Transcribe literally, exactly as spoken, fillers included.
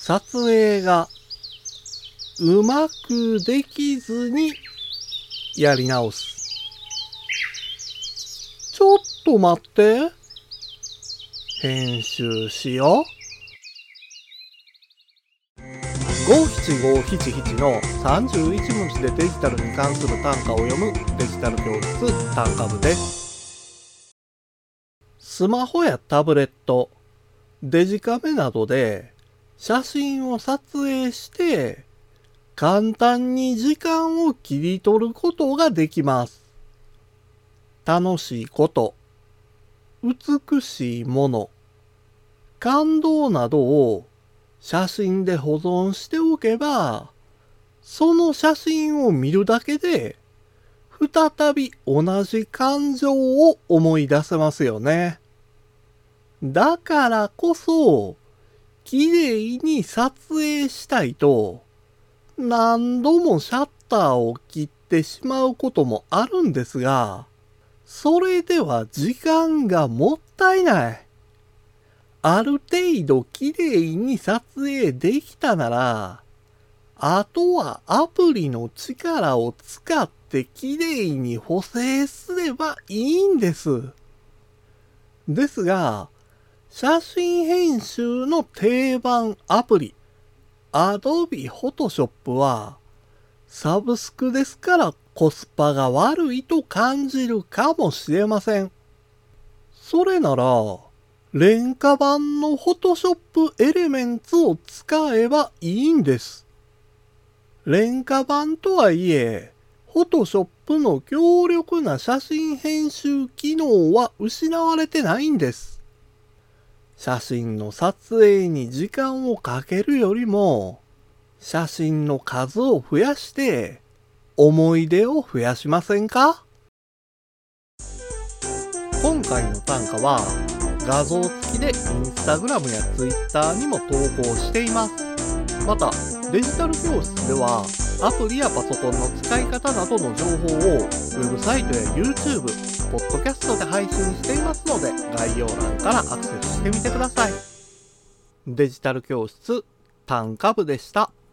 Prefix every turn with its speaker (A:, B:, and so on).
A: 撮影がうまくできずにやり直す。ちょっと待って。編集しよう。ごしちごしちななのさんじゅういち文字でデジタルに関する単価を読むデジタル教室単価部です。スマホやタブレット、デジカメなどで写真を撮影して簡単に時間を切り取ることができます。楽しいこと、美しいもの、感動などを写真で保存しておけば、その写真を見るだけで、再び同じ感情を思い出せますよね。だからこそ、綺麗に撮影したいと、何度もシャッターを切ってしまうこともあるんですが、それでは時間がもったいない。ある程度綺麗に撮影できたなら、あとはアプリの力を使って綺麗に補正すればいいんです。ですが、写真編集の定番アプリ、Adobe Photoshop は、サブスクですからコスパが悪いと感じるかもしれません。それなら、廉価版の Photoshop Elements を使えばいいんです。廉価版とはいえ、Photoshop の強力な写真編集機能は失われてないんです。写真の撮影に時間をかけるよりも、写真の数を増やして、思い出を増やしませんか？今回の単価は、画像付きでインスタグラムやツイッターにも投稿しています。また、デジタル教室では、アプリやパソコンの使い方などの情報を、ウェブサイトや YouTube、ポッドキャストで配信していますので、概要欄からアクセスしてみてください。デジタル教室単価部でした。